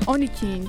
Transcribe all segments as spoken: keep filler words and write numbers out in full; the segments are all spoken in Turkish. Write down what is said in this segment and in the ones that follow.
on iki inç.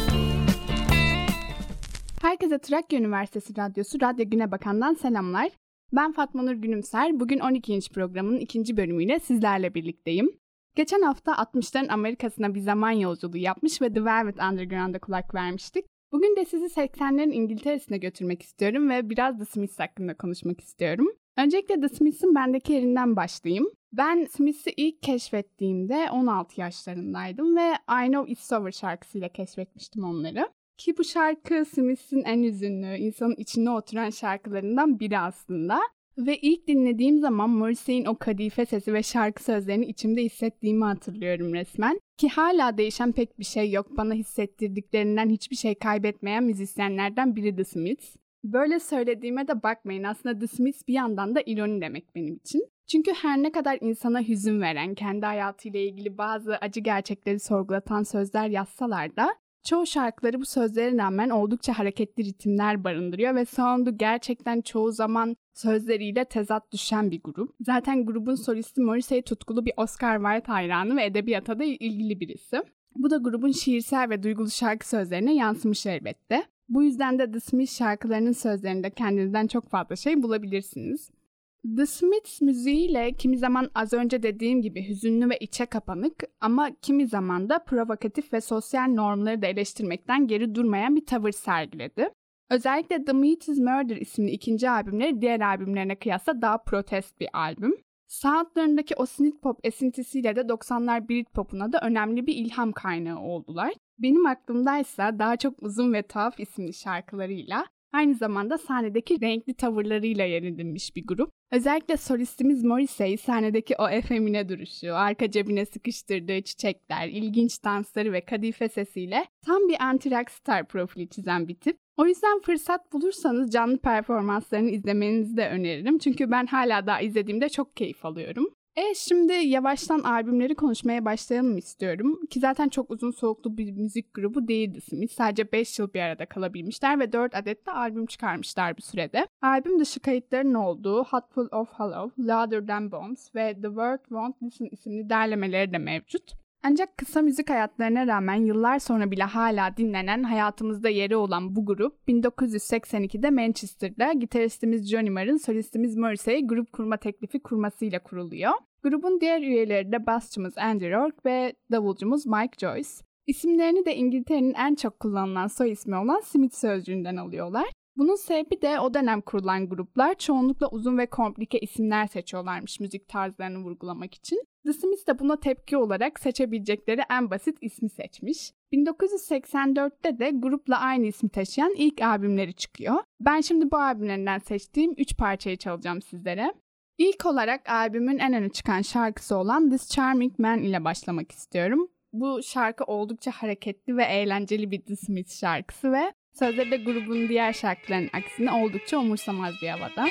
Herkese Trakya Üniversitesi Radyosu Radyo Güne Bakan'dan selamlar. Ben Fatma Nur Günümser. Bugün on iki inç programının ikinci bölümüyle sizlerle birlikteyim. Geçen hafta altmışların Amerika'sına bir zaman yolculuğu yapmış ve The Velvet Underground'a kulak vermiştik. Bugün de sizi seksenlerin İngiltere'sine götürmek istiyorum ve biraz The Smiths hakkında konuşmak istiyorum. Öncelikle The Smiths'in bendeki yerinden başlayayım. Ben Smiths'i ilk keşfettiğimde on altı yaşlarındaydım ve I Know It's Over şarkısıyla keşfetmiştim onları. Ki bu şarkı Smiths'in en üzünlü, insanın içine oturan şarkılarından biri aslında. Ve ilk dinlediğim zaman Morrissey'in o kadife sesi ve şarkı sözlerini içimde hissettiğimi hatırlıyorum resmen. Ki hala değişen pek bir şey yok. Bana hissettirdiklerinden hiçbir şey kaybetmeyen müzisyenlerden biri The Smiths. Böyle söylediğime de bakmayın. Aslında The Smiths bir yandan da ironi demek benim için. Çünkü her ne kadar insana hüzün veren, kendi hayatıyla ilgili bazı acı gerçekleri sorgulatan sözler yazsalar da çoğu şarkıları bu sözlere rağmen oldukça hareketli ritimler barındırıyor ve sound'u gerçekten çoğu zaman sözleriyle tezat düşen bir grup. Zaten grubun solisti Morrissey tutkulu bir Oscar Wilde hayranı ve edebiyata da ilgili birisi. Bu da grubun şiirsel ve duygulu şarkı sözlerine yansımış elbette. Bu yüzden de The Smiths şarkılarının sözlerinde kendinizden çok fazla şey bulabilirsiniz. The Smiths müziğiyle kimi zaman az önce dediğim gibi hüzünlü ve içe kapanık ama kimi zaman da provokatif ve sosyal normları da eleştirmekten geri durmayan bir tavır sergiledi. Özellikle The Meat is Murder isimli ikinci albümleri diğer albümlerine kıyasla daha protest bir albüm. Soundlarındaki o synth pop esintisiyle de doksanlar Britpop'una da önemli bir ilham kaynağı oldular. Benim aklımdaysa daha çok Uzun ve Tuhaf isimli şarkılarıyla, aynı zamanda sahnedeki renkli tavırlarıyla yer edinmiş bir grup. Özellikle solistimiz Morrissey sahnedeki o efemine duruşu, arka cebine sıkıştırdığı çiçekler, ilginç dansları ve kadife sesiyle tam bir anti-rockstar profili çizen bir tip. O yüzden fırsat bulursanız canlı performanslarını izlemenizi de öneririm. Çünkü ben hala daha izlediğimde çok keyif alıyorum. E şimdi yavaştan albümleri konuşmaya başlayalım istiyorum. Ki zaten çok uzun soluklu bir müzik grubu değildi Smith. Sadece beş yıl bir arada kalabilmişler ve dört adet de albüm çıkarmışlar bir sürede. Albüm dışı kayıtların olduğu Hot Full of Hollow, Louder Than Bombs ve The World Won't Listen isimli derlemeleri de mevcut. Ancak kısa müzik hayatlarına rağmen yıllar sonra bile hala dinlenen, hayatımızda yeri olan bu grup bin dokuz yüz seksen ikide Manchester'da gitaristimiz Johnny Marr'ın solistimiz Morrissey'e grup kurma teklifi kurmasıyla kuruluyor. Grubun diğer üyeleri de basçımız Andy Rourke ve davulcumuz Mike Joyce. İsimlerini de İngiltere'nin en çok kullanılan soy ismi olan Smith sözcüğünden alıyorlar. Bunun sebebi de o dönem kurulan gruplar çoğunlukla uzun ve komplike isimler seçiyorlarmış müzik tarzlarını vurgulamak için. The Smiths de buna tepki olarak seçebilecekleri en basit ismi seçmiş. bin dokuz yüz seksen dörtte de grupla aynı ismi taşıyan ilk albümleri çıkıyor. Ben şimdi bu albümlerinden seçtiğim üç parçayı çalacağım sizlere. İlk olarak albümün en öne çıkan şarkısı olan This Charming Man ile başlamak istiyorum. Bu şarkı oldukça hareketli ve eğlenceli bir The Smiths şarkısı ve sözleri de grubun diğer şarkılarının aksine oldukça umursamaz bir havada.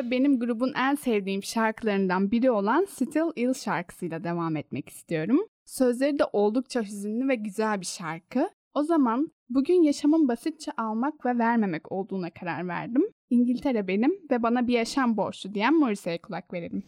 Ve benim grubun en sevdiğim şarkılarından biri olan Still Ill şarkısıyla devam etmek istiyorum. Sözleri de oldukça hüzünlü ve güzel bir şarkı. O zaman bugün yaşamın basitçe almak ve vermemek olduğuna karar verdim. İngiltere benim ve bana bir yaşam borçlu diyen Morrissey'e kulak verelim.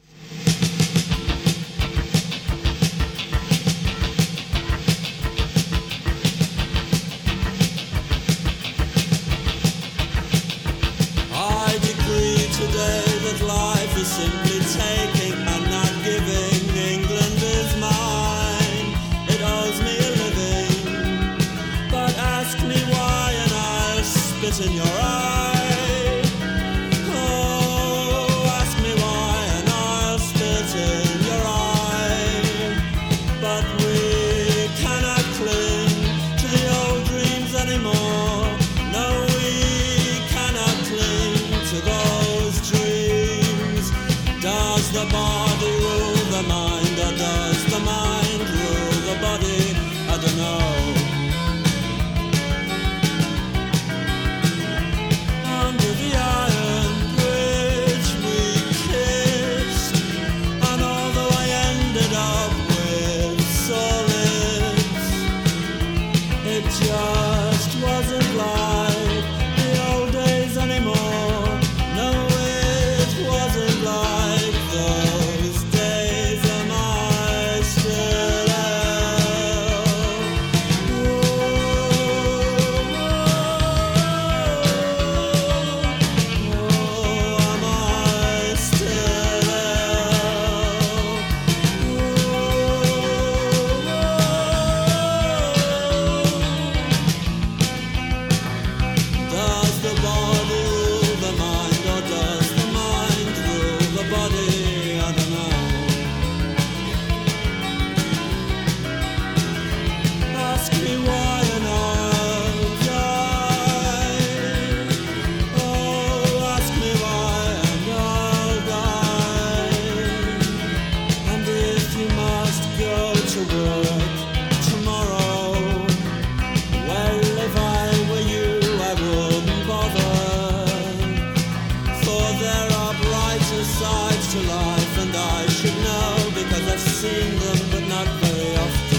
Today that life is simply taking and not giving. England is mine, it owes me a living. But ask me why and I'll spit in your eye. Oh, ask me why and I'll spit in your eye. But we cannot cling to the old dreams anymore. No, we cannot cling to those dreams. Does the body rule the mind, or does the mind rule the body? I don't know. Under the iron bridge we kissed, and although I ended up with sore lips, it just wasn't like the old days anymore. No, it wasn't like those days. Am I still ill? Oh, am I still ill? Does the body rule the mind, or does the mind rule the body? I don't know. Ask me why and I'll die. Oh, ask me why and I'll die. And if you must go to work tomorrow, well, if I were you, I wouldn't bother. For there are brighter sides to life, and I should know because I've seen them, but not very often.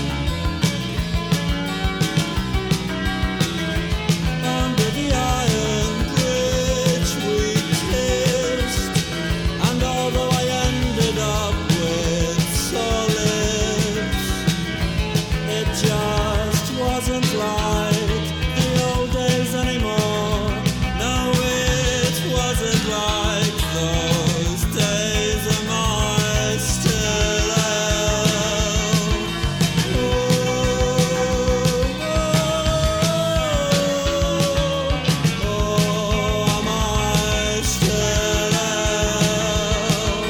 Under the iron bridge we kissed, and although I ended up with sore lips, it just wasn't like the old days anymore. No, it wasn't like those days. Am I still ill? Oh, oh, am I still ill?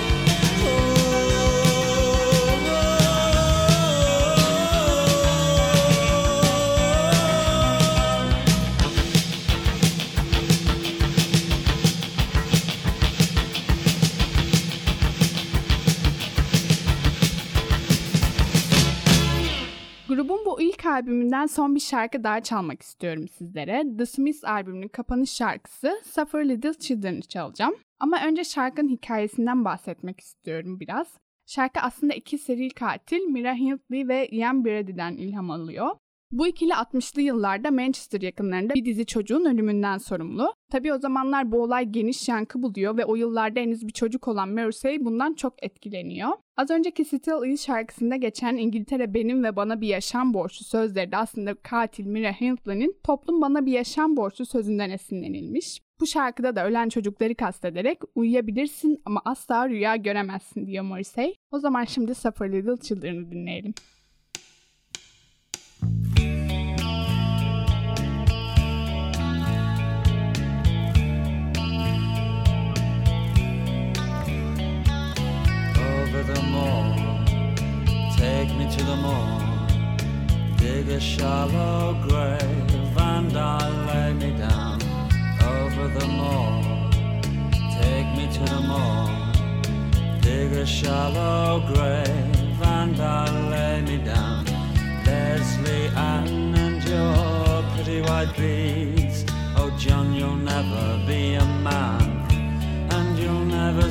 Grubun bu ilk albümünden son bir şarkı daha çalmak istiyorum sizlere. The Smiths albümünün kapanış şarkısı Suffer Little Children'ı çalacağım. Ama önce şarkının hikayesinden bahsetmek istiyorum biraz. Şarkı aslında iki seri katil Myra Hindley ve Ian Brady'den ilham alıyor. Bu ikili altmışlı yıllarda Manchester yakınlarında bir dizi çocuğun ölümünden sorumlu. Tabii o zamanlar bu olay geniş yankı buluyor ve o yıllarda henüz bir çocuk olan Morrissey bundan çok etkileniyor. Az önceki Still Ill şarkısında geçen İngiltere benim ve bana bir yaşam borçlu sözleri de aslında katil Myra Hindley'nin toplum bana bir yaşam borçlu sözünden esinlenilmiş. Bu şarkıda da ölen çocukları kastederek uyuyabilirsin ama asla rüya göremezsin diyor Morrissey. O zaman şimdi Suffer Little Children'ı dinleyelim. Over the moor, take me to the moor, dig a shallow grave and I'll lay me down. Over the moor, take me to the moor, dig a shallow grave and I'll lay me down. Leslie Ann and your pretty white beads, oh John, you'll never be a man, and you'll never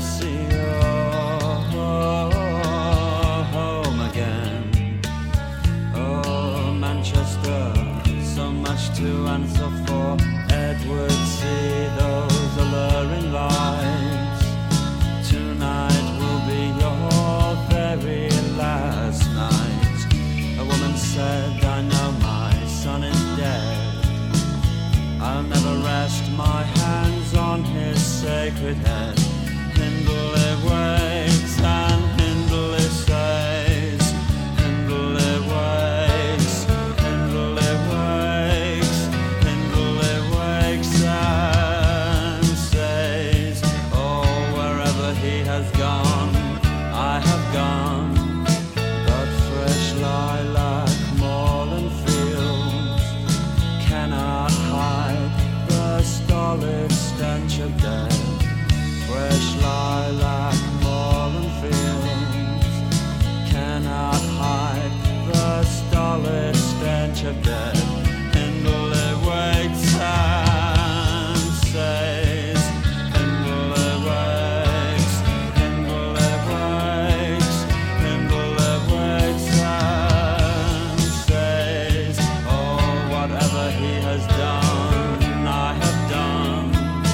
sacred head. Hindley wakes and Hindley says, Hindley wakes, Hindley wakes, Hindley wakes and says, oh, wherever he has gone, I have gone. But fresh lilac, moorland fields cannot hide the stolid stench of death. Fresh lilac, moorland fields cannot hide the stolid stench of death. Hindley waits and says, Hindley wakes, Hindley wakes, Hindley wakes and says, oh, whatever he has done, I have done.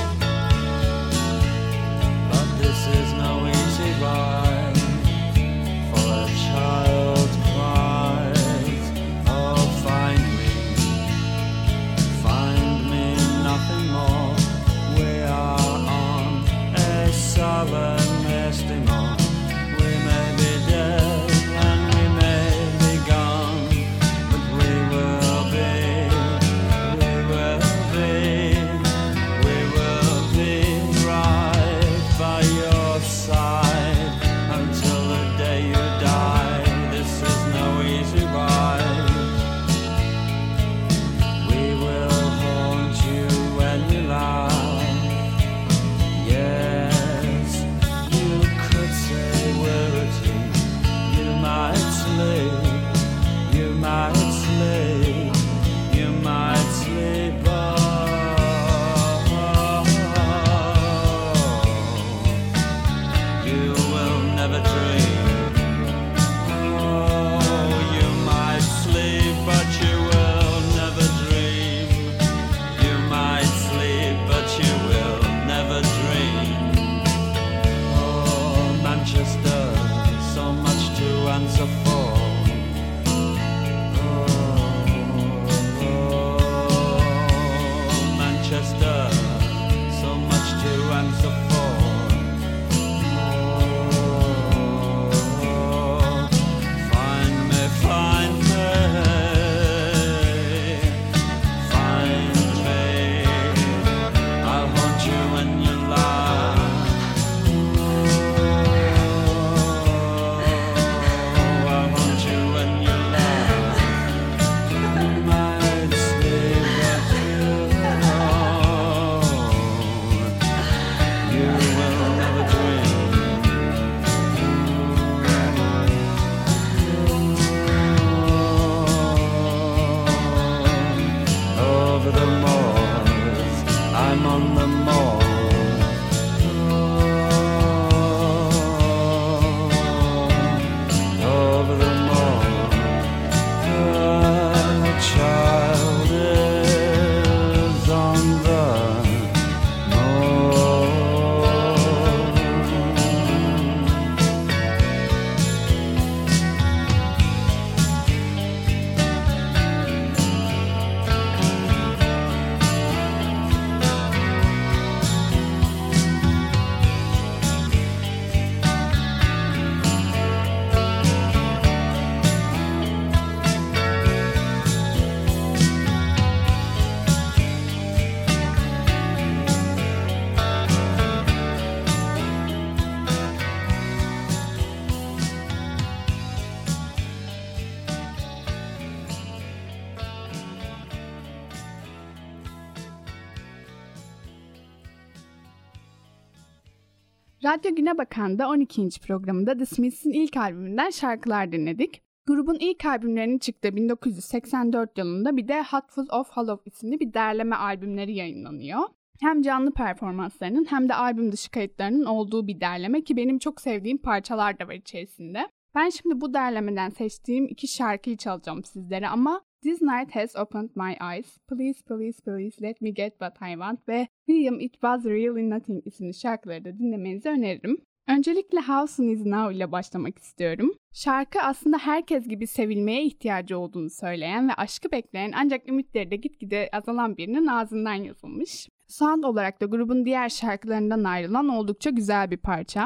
But this is no easy ride, for a child cries, oh, find me, find me nothing more. We are on a sullen misty morn. We may be dead and we may be gone, but we will be, we will be, we will be right by your side until the day you die. This is no easy ride. We will haunt you when you laugh. Yes, you could say we're a team. You might sleep, you might sleep, you might sleep, oh, you will never dream. Oh, you might sleep, but you will never dream. You might sleep, but you will never dream. Oh, Manchester, so much to answer for. Oh, Manchester, so much to answer for. Oh, find me, find me, find me. I'll haunt you when you lie. Oh, I'll haunt you when you lie. You might sleep, but you know you will never dream. Over the moors, I'm on the moor. Over the moor, the child is on the moor. Radyo Güne Bakan'da on ikinci programında The Smiths'in ilk albümünden şarkılar dinledik. Grubun ilk albümlerinin çıktığı bin dokuz yüz seksen dört yılında bir de Hatful of Hollow isimli bir derleme albümleri yayınlanıyor. Hem canlı performanslarının hem de albüm dışı kayıtlarının olduğu bir derleme ki benim çok sevdiğim parçalar da var içerisinde. Ben şimdi bu derlemeden seçtiğim iki şarkıyı çalacağım sizlere ama This Night Has Opened My Eyes, Please Please Please Let Me Get What I Want ve William It Was Really Nothing isimli şarkıları da dinlemenizi öneririm. Öncelikle How Soon Is Now ile başlamak istiyorum. Şarkı aslında herkes gibi sevilmeye ihtiyacı olduğunu söyleyen ve aşkı bekleyen ancak ümitleri de gitgide azalan birinin ağzından yazılmış. Sound olarak da grubun diğer şarkılarından ayrılan oldukça güzel bir parça.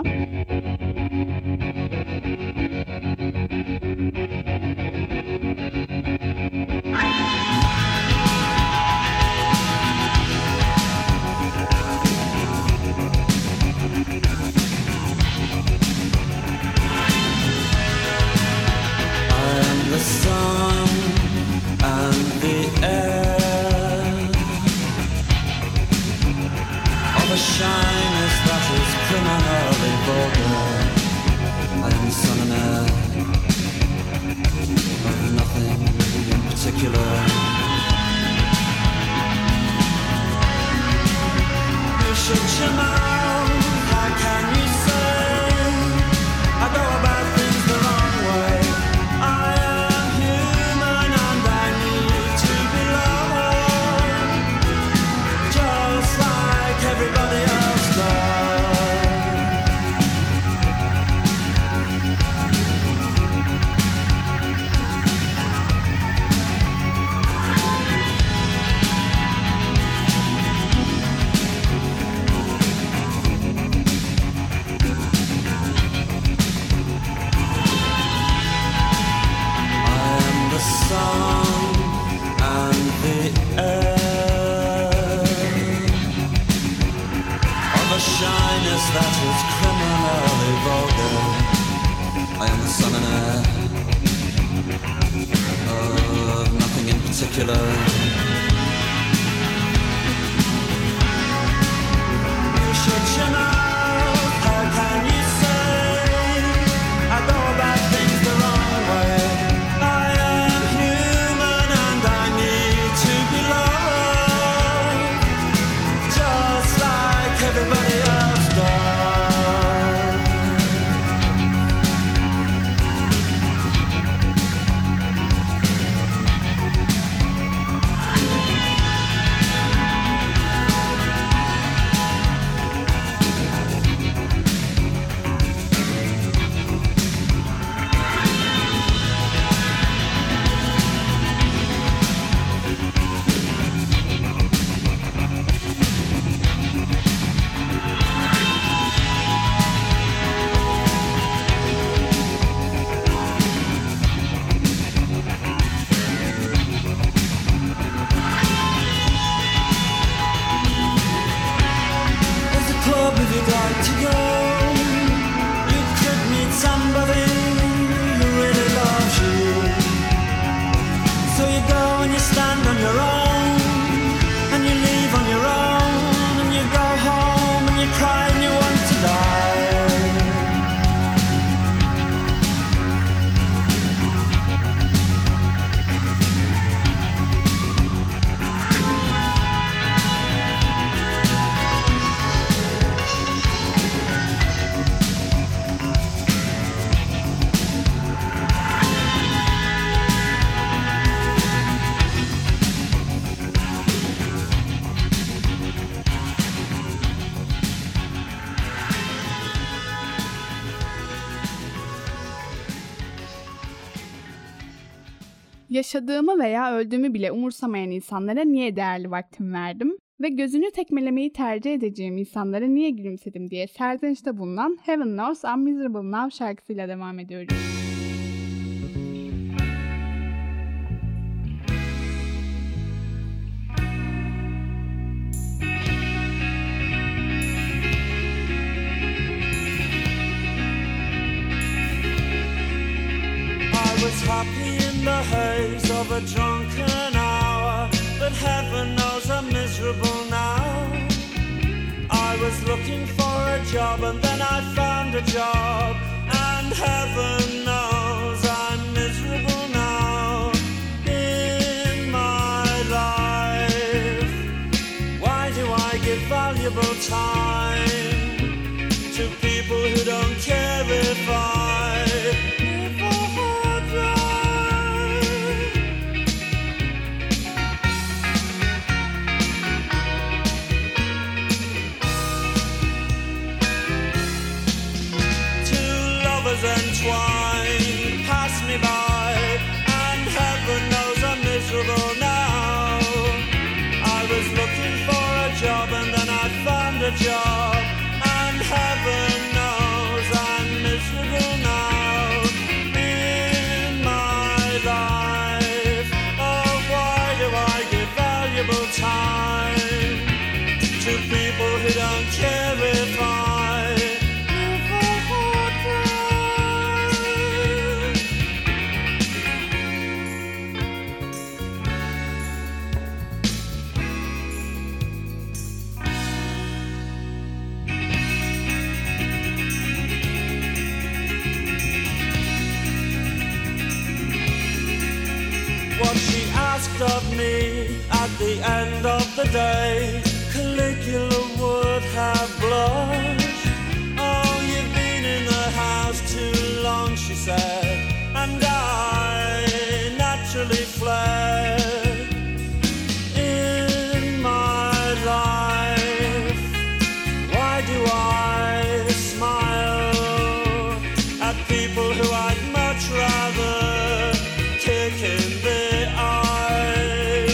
The sun and the air of a shyness that is criminally vulgar. I am the sun and air of nothing in particular. You shut your mouth, how can you say I go about things the wrong way? I everybody else does. I am the sun and the air, a shyness that is criminally vulgar. I am the sun and air of nothing in particular. You shut your mouth, how can you say I go about things the wrong way? I am human and I need to be loved, just like everybody else does. Yaşadığımı veya öldüğümü bile umursamayan insanlara niye değerli vaktim verdim ve gözünü tekmelemeyi tercih edeceğim insanlara niye gülümsedim diye serzenişte bulunan Heaven Knows I'm Miserable Now şarkısıyla devam ediyoruz. Happy in the haze of a drunken hour, but heaven knows I'm miserable now. I was looking for a job and then I found a job, and heaven knows I'm miserable now in my life. Why do I give valuable time to people who don't care if I live or die? Two lovers entwined pass me by, and heaven knows I'm miserable now. I was looking for a job and job, and heaven knows I'm miserable now in my life. Oh, why do I give valuable time to people who don't care if I live or die? What she asked of me at the end of the day, Caligula would have blushed. Oh, you've been in the house too long, she said, and I naturally fled. In my life, why do I smile at people who I'd much rather kick in the eye?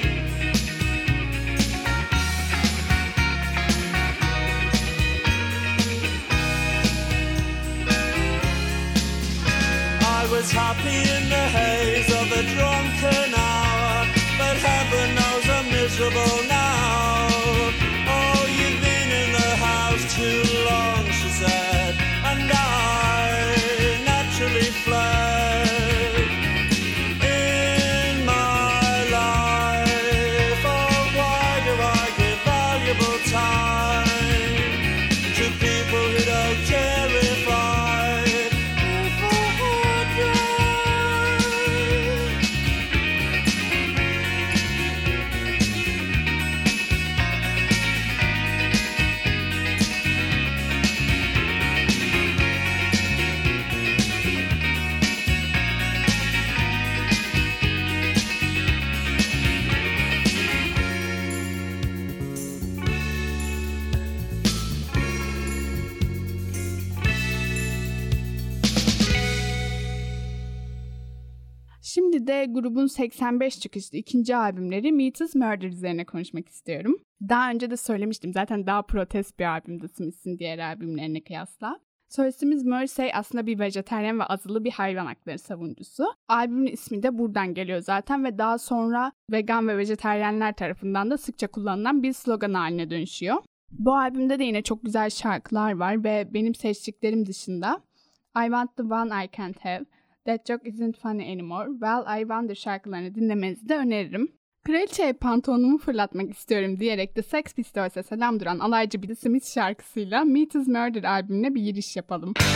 I was happy in the haze of a drunken hour, but heaven knows I'm miserable now. Oh, you've been in the house too long, she said, and I naturally fled. In my life, oh, why do I give valuable time to people who don't care if I live or die? Şimdi de grubun seksen beş çıkışlı ikinci albümleri Meat is Murder üzerine konuşmak istiyorum. Daha önce de söylemiştim, zaten daha protest bir albümdü Smiths'in diğer albümlerine kıyasla. Solistimiz Morrissey aslında bir vejetaryen ve azılı bir hayvan hakları savunucusu. Albümün ismi de buradan geliyor zaten ve daha sonra vegan ve vejetaryenler tarafından da sıkça kullanılan bir slogan haline dönüşüyor. Bu albümde de yine çok güzel şarkılar var ve benim seçtiklerim dışında I Want the One I Can't Have, That Joke Isn't Funny Anymore, Well I Wonder şarkılarını dinlemenizi de öneririm. Kraliçeye pantolonumu fırlatmak istiyorum diyerek de Sex Pistols'e selam duran alaycı bir Smith şarkısıyla Meat is Murder albümüne bir giriş yapalım. I'd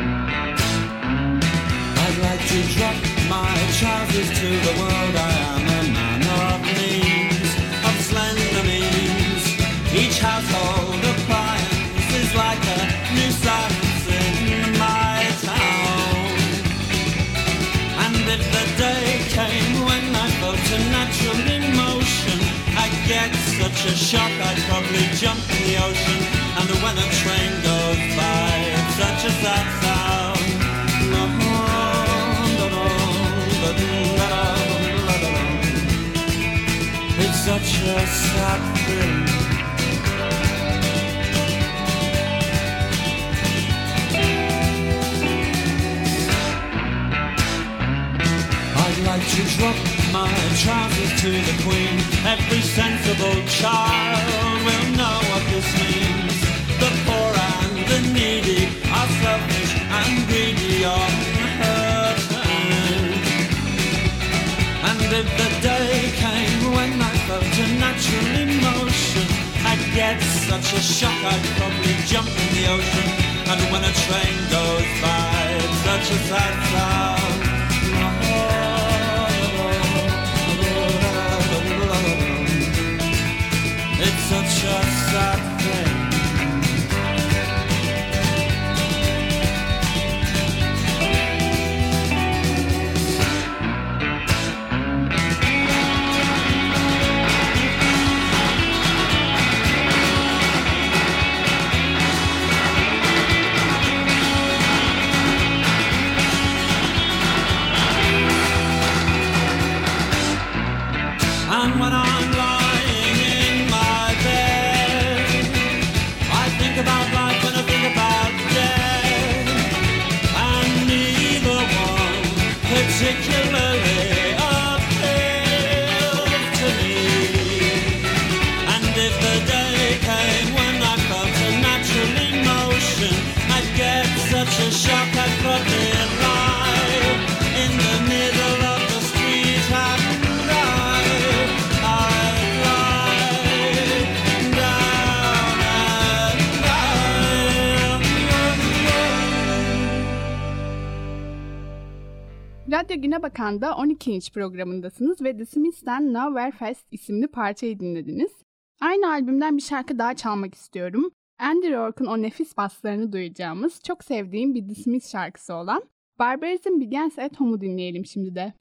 like to drop my trousers to the world. I am a man of means, of slender means. Each household appliance is like a new science in my town. And if the day came when I felt a natural emotion, I'd get such a shock I'd probably jump in the ocean. And when a train goes by, it's such a sad sound. It's such a sad thing. I'd like to drop my trousers to the Queen. Every sensible child will know what this means. The poor and the needy are selfish and greedy on her turn. And if the day came when I felt a natural emotion, I'd get such a shock I'd probably jump in the ocean. And when a train goes by, it's such a sad sound. It's such a sad thing. Radyo Güne Bakan'da on iki inç programındasınız ve The Smiths'ten Nowhere Fast isimli parçayı dinlediniz. Aynı albümden bir şarkı daha çalmak istiyorum. Andy Rourke'un o nefis baslarını duyacağımız, çok sevdiğim bir The Smiths şarkısı olan Barbarism Begins at Home'u dinleyelim şimdi de.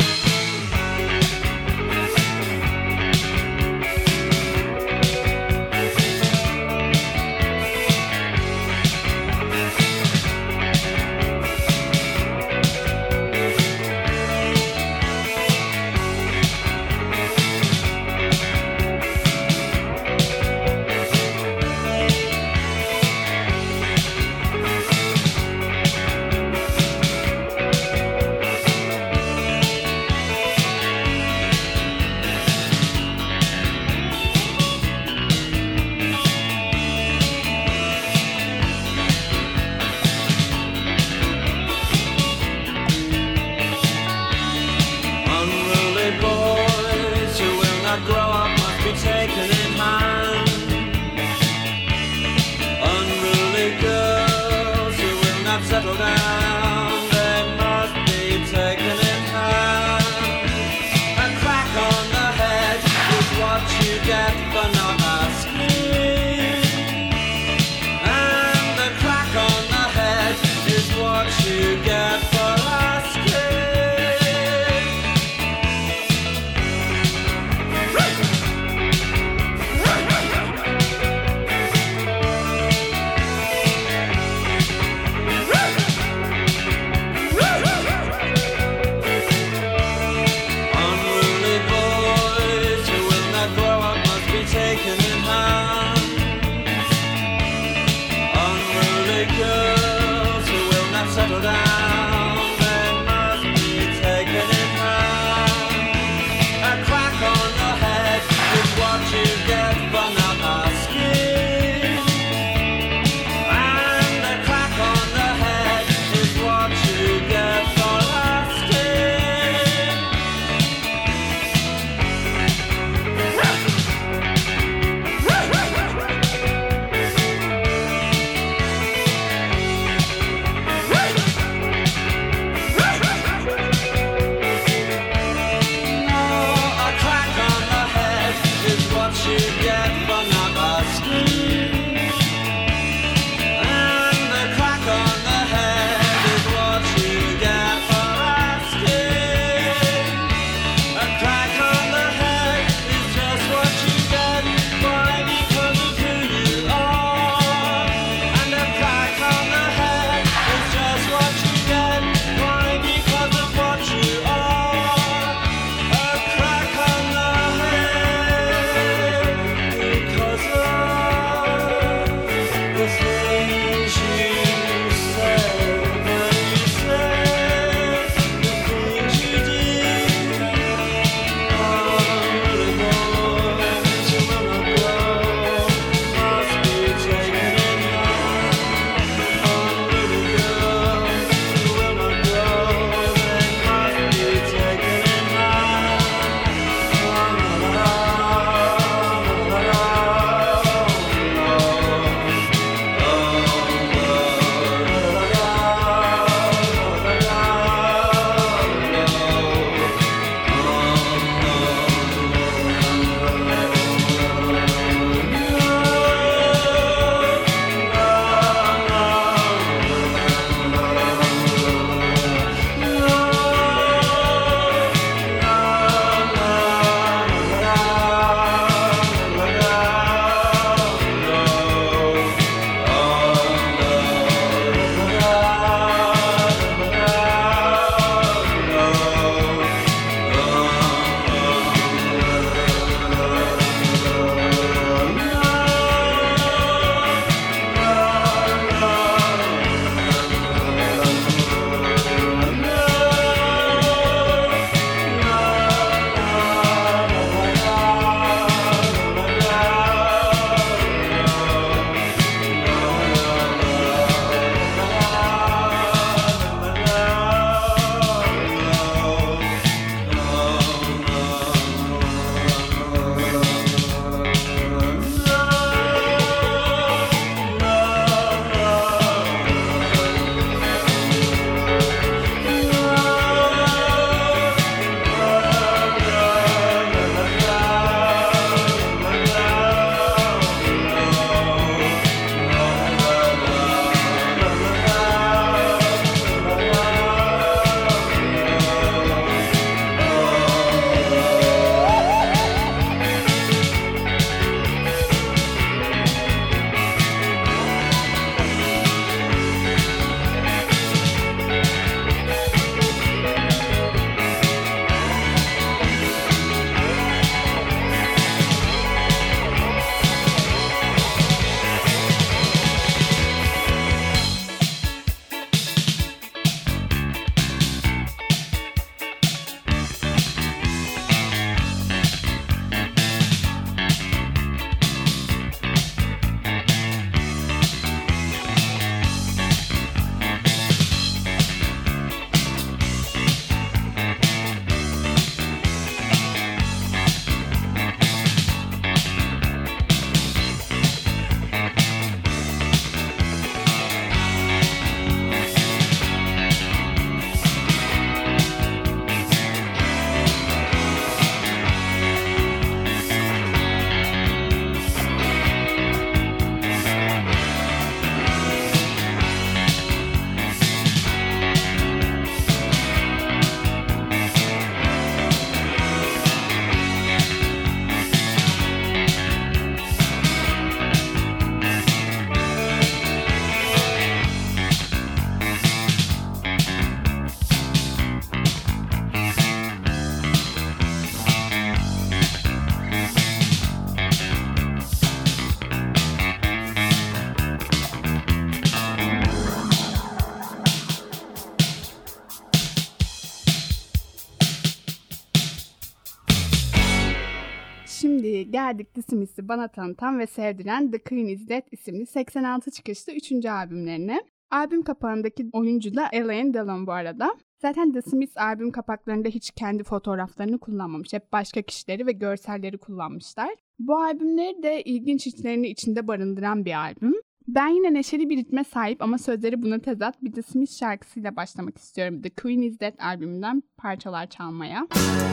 geldik The Smiths'i bana tanıtan ve sevdiren The Queen Is Dead isimli seksen altı çıkışlı üçüncü albümlerine. Albüm kapağındaki oyuncu da Alain Delon bu arada. Zaten The Smiths albüm kapaklarında hiç kendi fotoğraflarını kullanmamış. Hep başka kişileri ve görselleri kullanmışlar. Bu albümleri de ilginç içlerini içinde barındıran bir albüm. Ben yine neşeli bir ritme sahip ama sözleri buna tezat bir The Smiths şarkısıyla başlamak istiyorum. The Queen Is Dead albümünden parçalar çalmaya.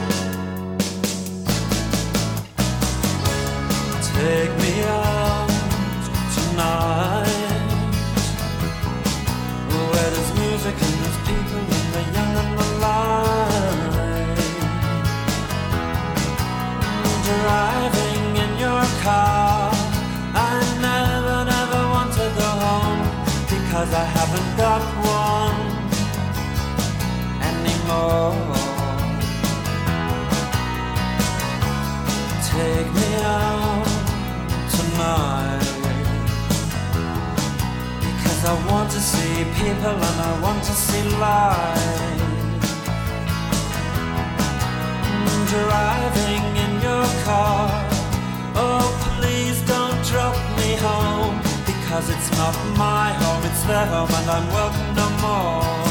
Take me out tonight, where there's music and there's people and the young and the light. Driving in your car, I never, never want to go home, because I haven't got one anymore. Take me out tonight, because I want to see people and I want to see light. Driving in your car, oh please don't drop me home, because it's not my home, it's their home and I'm welcome no more.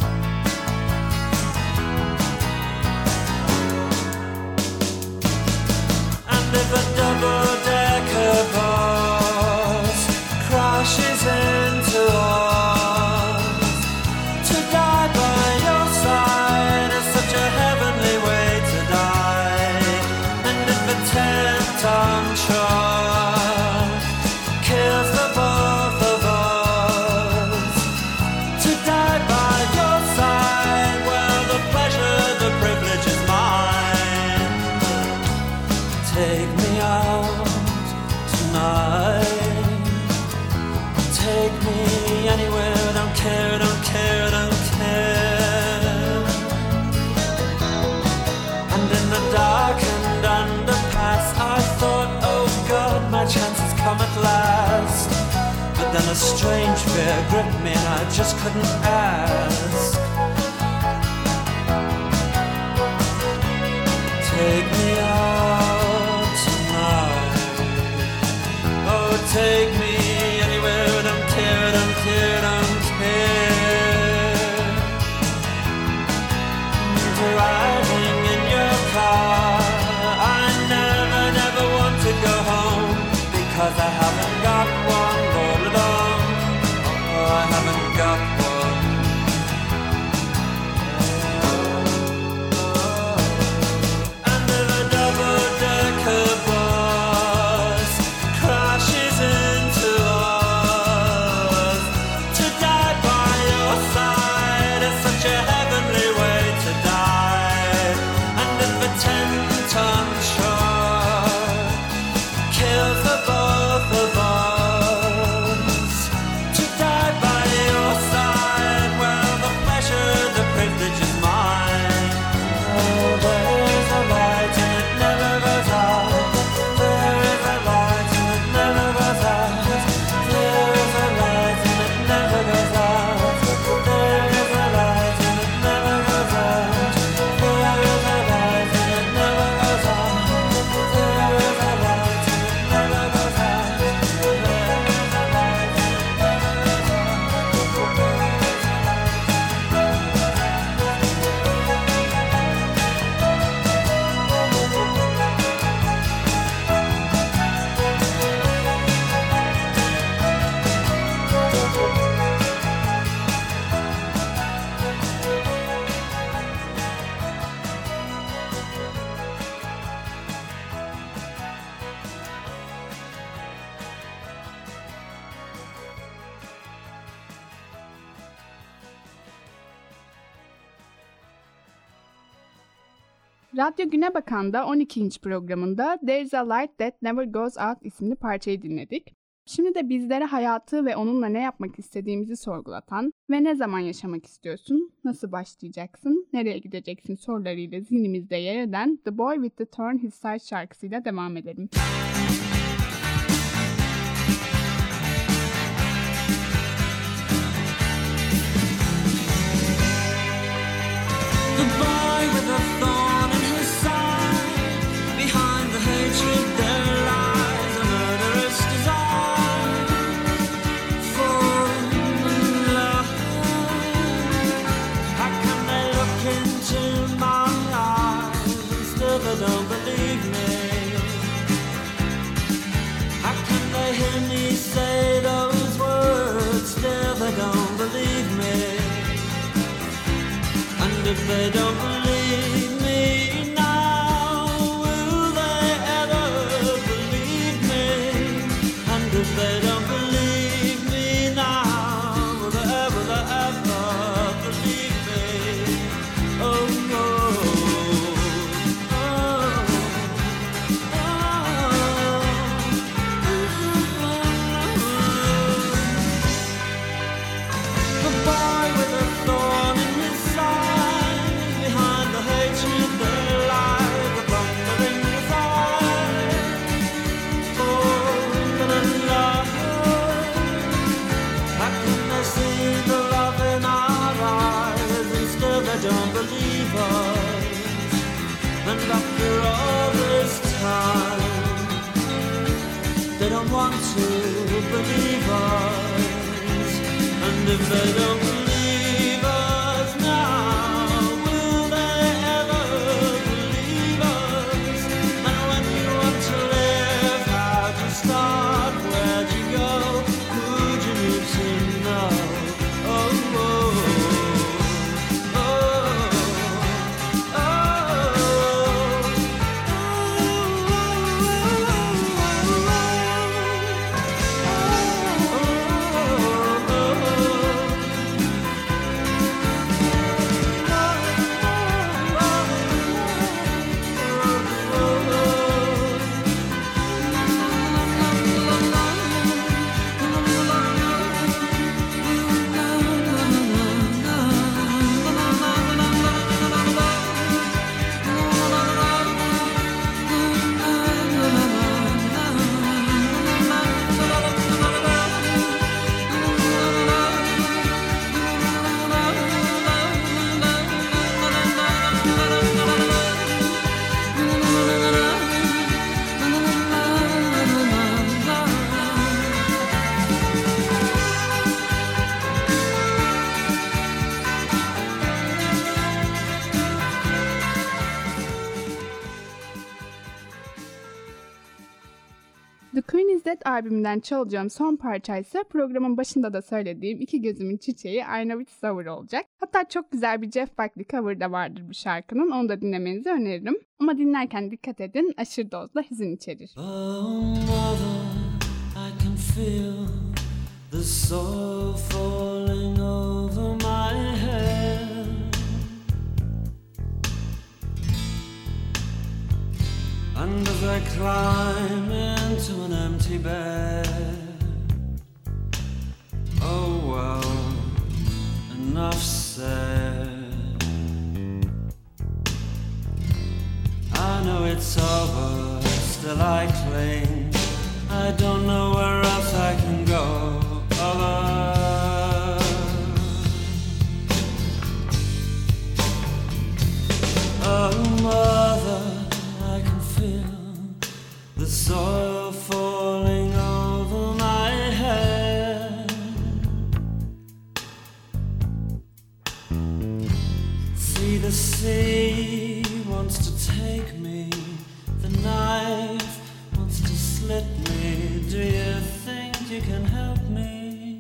And if a double-decker bus crashes into us, to die by your side is such a heavenly way to die. And if a ten-ton truck kills the both of us, to die by your side, well, the pleasure, the privilege is mine. Take me out tonight, take me anywhere, don't care, don't care, don't care. And in the darkened underpass, I thought, oh God, my chance has come at last. But then a strange fear gripped me and I just couldn't ask. Take me out tonight, oh take me anywhere, don't care, don't care, don't care. Driving in your car, I never, never want to go home, because I haven't got one all alone. Oh, I haven't got one. And if a double-decker bus crashes into us, to die by your side is such a heavenly way to die. And if a ten-ton truck kills the both of us, to die by your side, well, the pleasure, the privilege is mine. Oh, there is a light and it never goes out. There is a light and it never goes out. There is a light and it never goes out. There is a light and it never goes out. There is a light and it never goes out. There is a light and it never goes out. There is a light and it never goes out. Radyo Güne Bakan'da on ikinci programında There's a Light That Never Goes Out isimli parçayı dinledik. Şimdi de bizlere hayatı ve onunla ne yapmak istediğimizi sorgulatan ve ne zaman yaşamak istiyorsun, nasıl başlayacaksın, nereye gideceksin sorularıyla zihnimizde yer eden The Boy with the Thorn His Side şarkısıyla devam edelim. The boy with a thorn in his side, behind the hatred there And if they don't believe me now, will they ever believe me? And if they don't believe me now, will they ever, will they ever believe me? Oh no. Don't believe us, and after all this time, they don't want to believe us. And if they don't believe us now, will they ever believe us? And when you want to live, how to start, where to go, who do you need to know? Oh, oh. The Queen Is Dead albümünden çalacağım son parça ise programın başında da söylediğim İki Gözümün Çiçeği I Know It's Over olacak. Hatta çok güzel bir Jeff Buckley cover da vardır bu şarkının. Onu da dinlemenizi öneririm. Ama dinlerken dikkat edin, aşırı dozda hüzün içerir. Oh mother, I can feel the soil falling over my head. And as I climb into an empty bed, oh well, enough said. I know it's over, still I cling. I don't know where else I can go. Over. Oh mother, the soil falling over my head. See, the sea wants to take me, the knife wants to slit me. Do you think you can help me?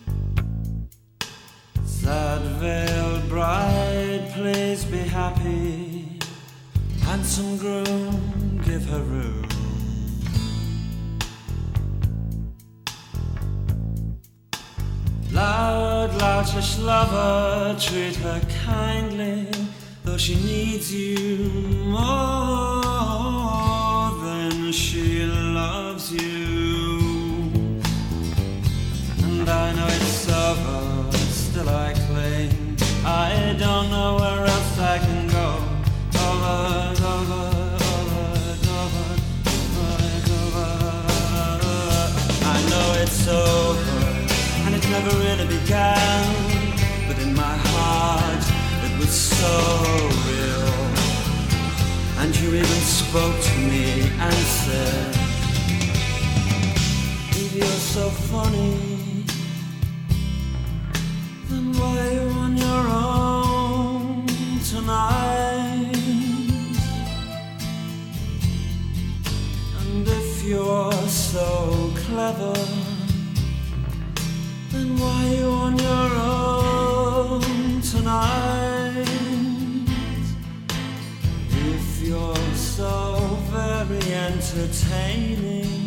Sad veiled bride, please be happy. Handsome groom, give her room. Loud, loutish lover, treat her kindly, though she needs you more than she loves you. And I know it's over, still I cling. I don't know where else I can go. Over, over, over, over, over, over. I know it's over, and it never really began, but in my heart it was so real. And you even spoke to me and said, if you're so funny, then why are you on your own tonight? And if you're so clever, then why are you on your own tonight? entertaining.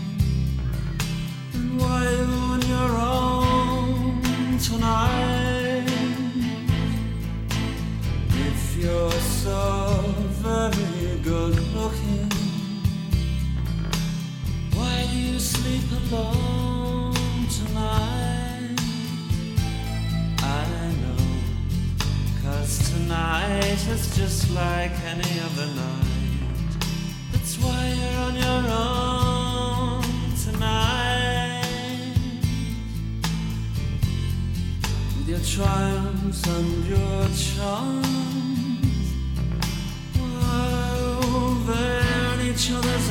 And why you on your own tonight? If you're so very good looking, why do you sleep alone tonight? I know, 'cause tonight is just like any other night. That's why you're on your own tonight, with your triumphs and your charms, while they're in each other's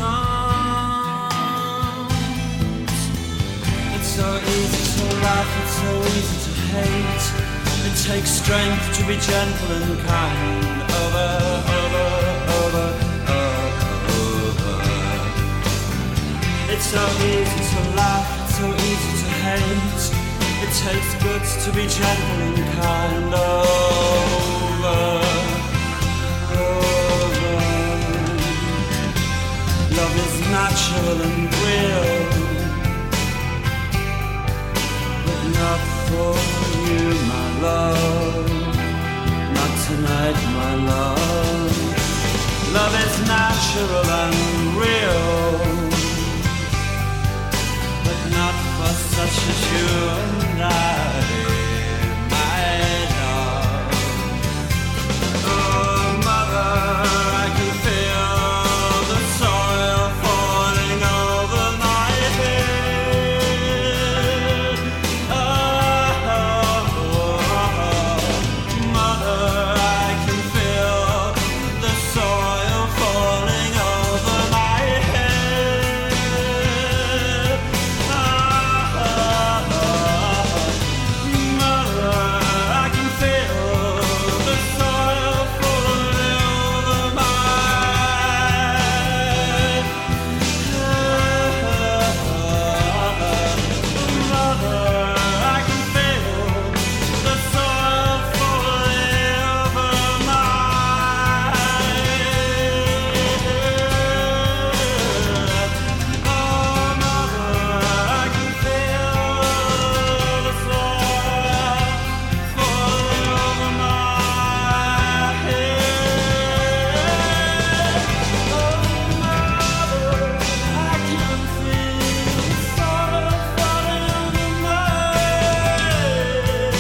arms. It's so easy to laugh, it's so easy to hate. It takes strength to be gentle and kind. Over, over, over, over. It's so easy to laugh, it's so easy to hate. It takes guts to be gentle and kind. Over, over. Love is natural and real, but not for you, my love. Not tonight, my love. Love is natural and real, but not for such as you and I, my love. Oh, mother, I can feel the soil falling over my head. Oh, mother, I can feel the soil falling over my head. Oh, mother, I can feel the soil falling over my head. Mother, I can feel the soil falling over my head. Oh, mother, I can feel the soil falling over my head. Oh, mother, I can feel the soil falling over my head.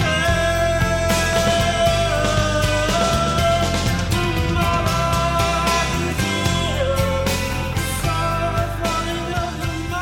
Mother, I can feel the soil falling over my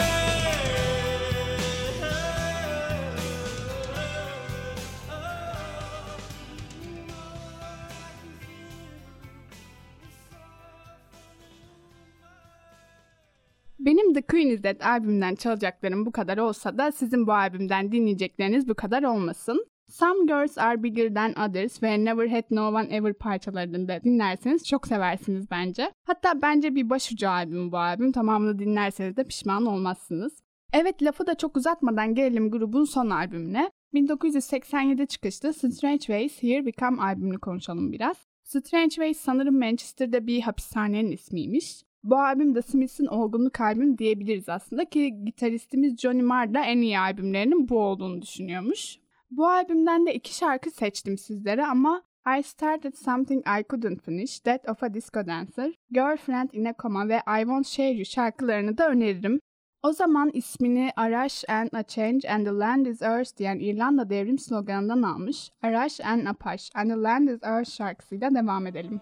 Benim The Queen Is Dead albümünden çalacaklarım bu kadar olsa da sizin bu albümden dinleyecekleriniz bu kadar olmasın. Some Girls Are Bigger Than Others ve Never Had No One Ever parçalarını da dinlerseniz çok seversiniz bence. Hatta bence bir başucu albüm bu albüm. Tamamını dinlerseniz de pişman olmazsınız. Evet, lafı da çok uzatmadan gelelim grubun son albümüne. bin dokuz yüz seksen yedi çıkışlı Strange Ways Here We Come albümünü konuşalım biraz. Strange Ways sanırım Manchester'da bir hapishanenin ismiymiş. Bu albüm The Smiths'in olgunluk albümü diyebiliriz aslında ki gitaristimiz Johnny Marr da en iyi albümlerinin bu olduğunu düşünüyormuş. Bu albümden de iki şarkı seçtim sizlere ama I Started Something I Couldn't Finish, Death of a Disco Dancer, Girlfriend in a Coma ve I Won't Share You şarkılarını da öneririm. O zaman ismini A Rush and a Change and the Land is Ours diyen İrlanda devrim sloganından almış A Rush and a Push and the Land is Ours şarkısıyla devam edelim.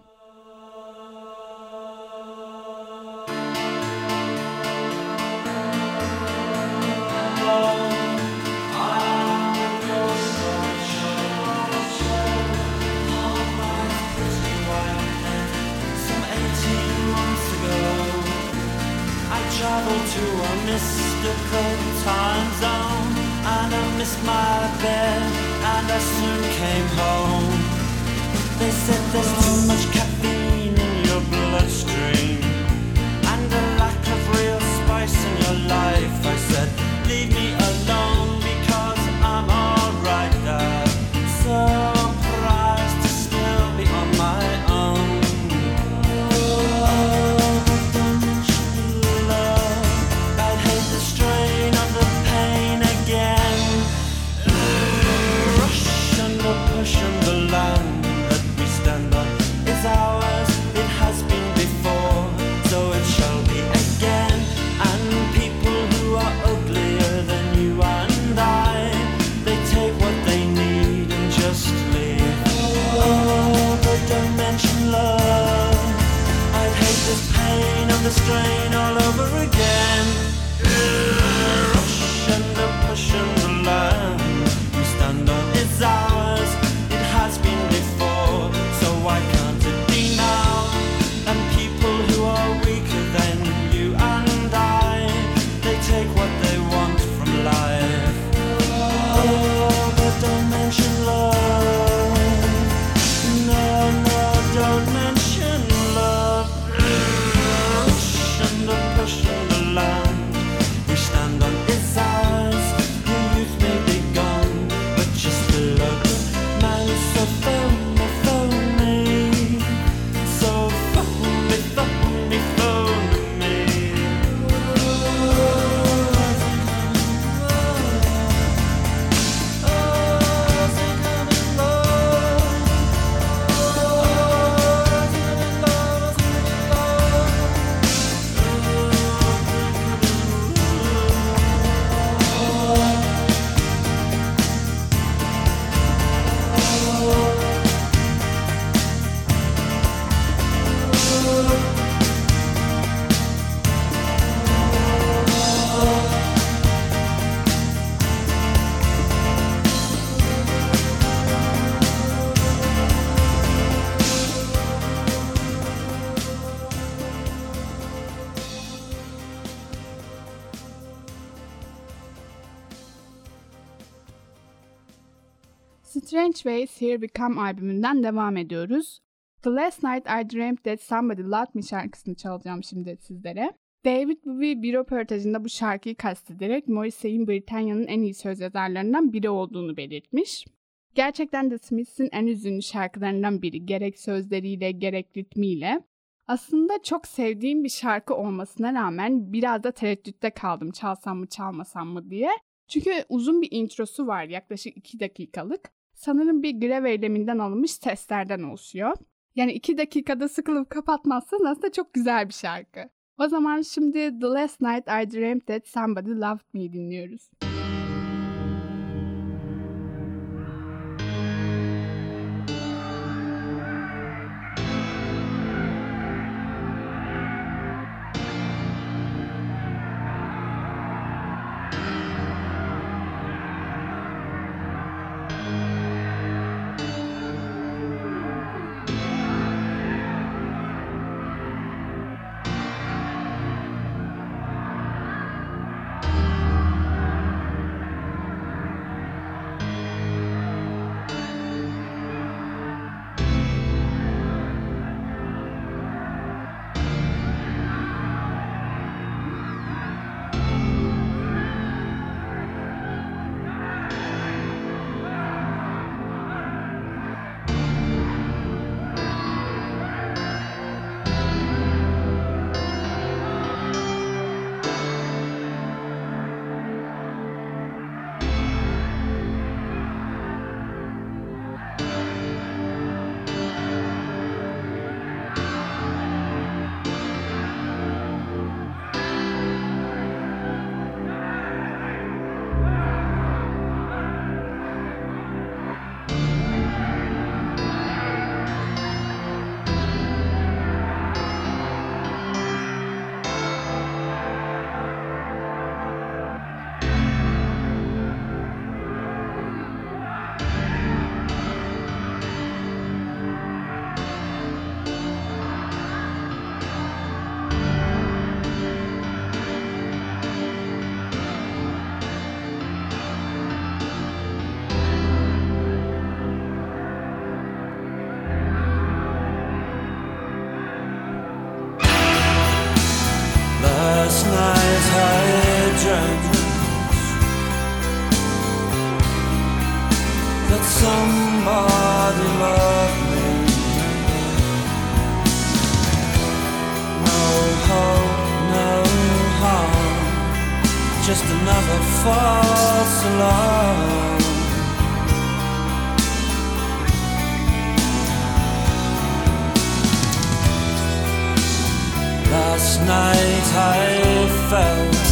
Traveled to a mystical time zone, and I missed my bed, and I soon came home. They said there's too much caffeine in your bloodstream, and a lack of real spice in your life. I said, leave me alone, because I'm alright, Dad. Surprised to still be on my own. Strange Ways Here We Come albümünden devam ediyoruz. The Last Night I Dreamed That Somebody Loved Me şarkısını çalacağım şimdi sizlere. David Bowie bir röportajında bu şarkıyı kastederek Morrissey'in Britanya'nın en iyi söz yazarlarından biri olduğunu belirtmiş. Gerçekten de Smiths'in en üzünlü şarkılarından biri, gerek sözleriyle gerek ritmiyle. Aslında çok sevdiğim bir şarkı olmasına rağmen biraz da tereddütte kaldım çalsam mı çalmasam mı diye. Çünkü uzun bir introsu var, yaklaşık iki dakikalık. Sanırım bir grev eyleminden alınmış seslerden oluşuyor. Yani iki dakikada sıkılıp kapatmazsanız aslında çok güzel bir şarkı. O zaman şimdi The Last Night I Dreamed That Somebody Loved Me dinliyoruz. Last night I dreamt that somebody loved me. No hope, no harm, just another false alarm. Last night I felt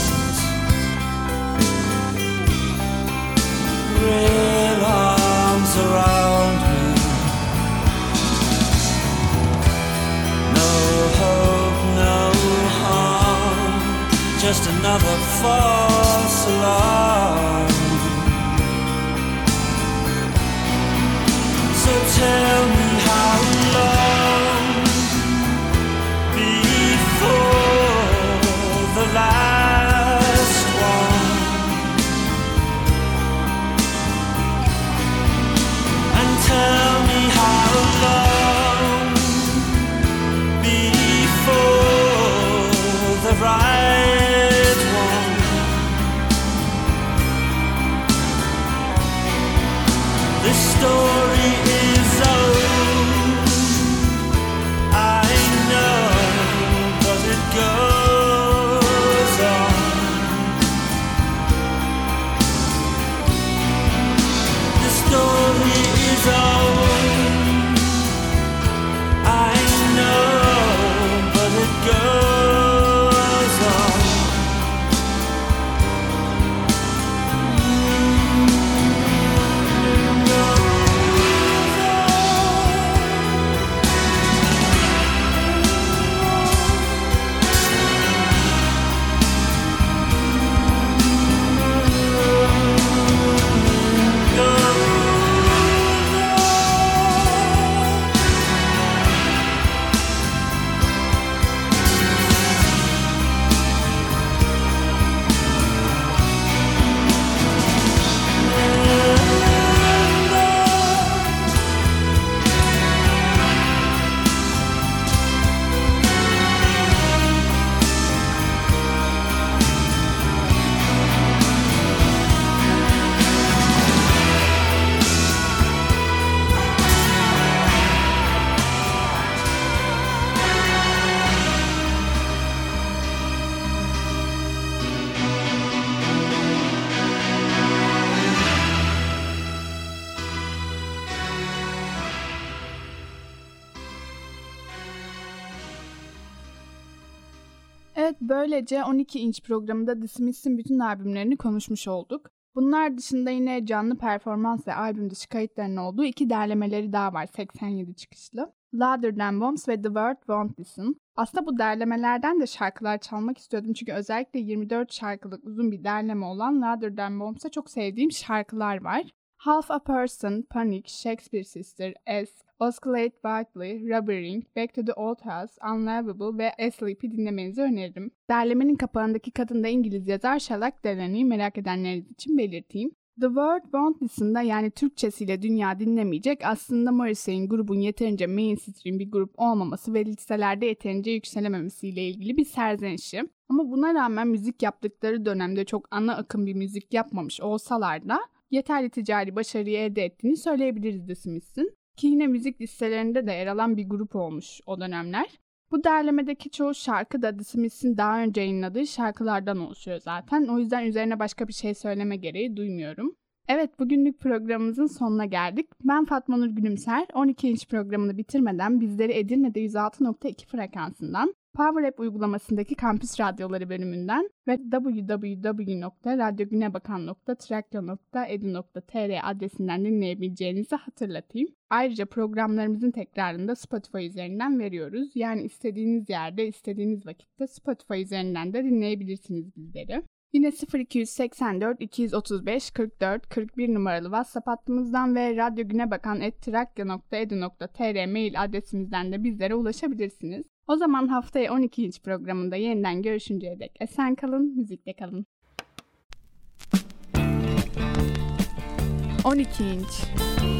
real arms around me. No hope, no harm, just another false alarm. So tell me how long the last one, and tell me how long before the right one. This story is old, I know, but it goes on. The story is old, I know, but it goes on. Mm-hmm. Böylece on iki inç programında The Smiths'in bütün albümlerini konuşmuş olduk. Bunlar dışında yine canlı performans ve albüm dışı kayıtlarının olduğu iki derlemeleri daha var seksen yedi çıkışlı. Louder Than Bombs ve The World Won't Listen. Aslında bu derlemelerden de şarkılar çalmak istiyordum çünkü özellikle yirmi dört şarkılık uzun bir derleme olan Louder Than Bombs'ta çok sevdiğim şarkılar var. Half a Person, Panic, Shakespeare Sister, S, Oscillate Wildly, Rubbering, Back to the Old House, Unlovable ve Asleep'i dinlemenizi öneririm. Derlemenin kapağındaki kadın da İngiliz yazar Shalak Delaney'i merak edenleriniz için belirteyim. The World Won't Listen'da yani Türkçesiyle dünya dinlemeyecek aslında Morrissey'in grubun yeterince mainstream bir grup olmaması ve listelerde yeterince yükselememesiyle ilgili bir serzenişi. Ama buna rağmen müzik yaptıkları dönemde çok ana akım bir müzik yapmamış olsalar da yeterli ticari başarıyı elde ettiğini söyleyebiliriz The Smiths'in. Ki yine müzik listelerinde de yer alan bir grup olmuş o dönemler. Bu derlemedeki çoğu şarkı da The Smiths'in daha önce yayınladığı şarkılardan oluşuyor zaten. O yüzden üzerine başka bir şey söyleme gereği duymuyorum. Evet, bugünlük programımızın sonuna geldik. Ben Fatma Nur Gülümser. on iki inç programını bitirmeden bizleri Edirne'de yüz altı nokta iki frekansından, Power App uygulamasındaki Kampüs Radyoları bölümünden ve double-u double-u double-u nokta radyo günebakan nokta trakya nokta edu nokta tr adresinden dinleyebileceğinizi hatırlatayım. Ayrıca programlarımızın tekrarını da Spotify üzerinden veriyoruz. Yani istediğiniz yerde, istediğiniz vakitte Spotify üzerinden de dinleyebilirsiniz bizleri. Yine sıfır iki seksen dört iki yüz otuz beş kırk dört kırk bir numaralı WhatsApp hattımızdan ve radyo günebakan at trakya nokta edu nokta tr mail adresimizden de bizlere ulaşabilirsiniz. O zaman haftaya on iki inç programında yeniden görüşünceye dek esen kalın, müzikle kalın. on iki inç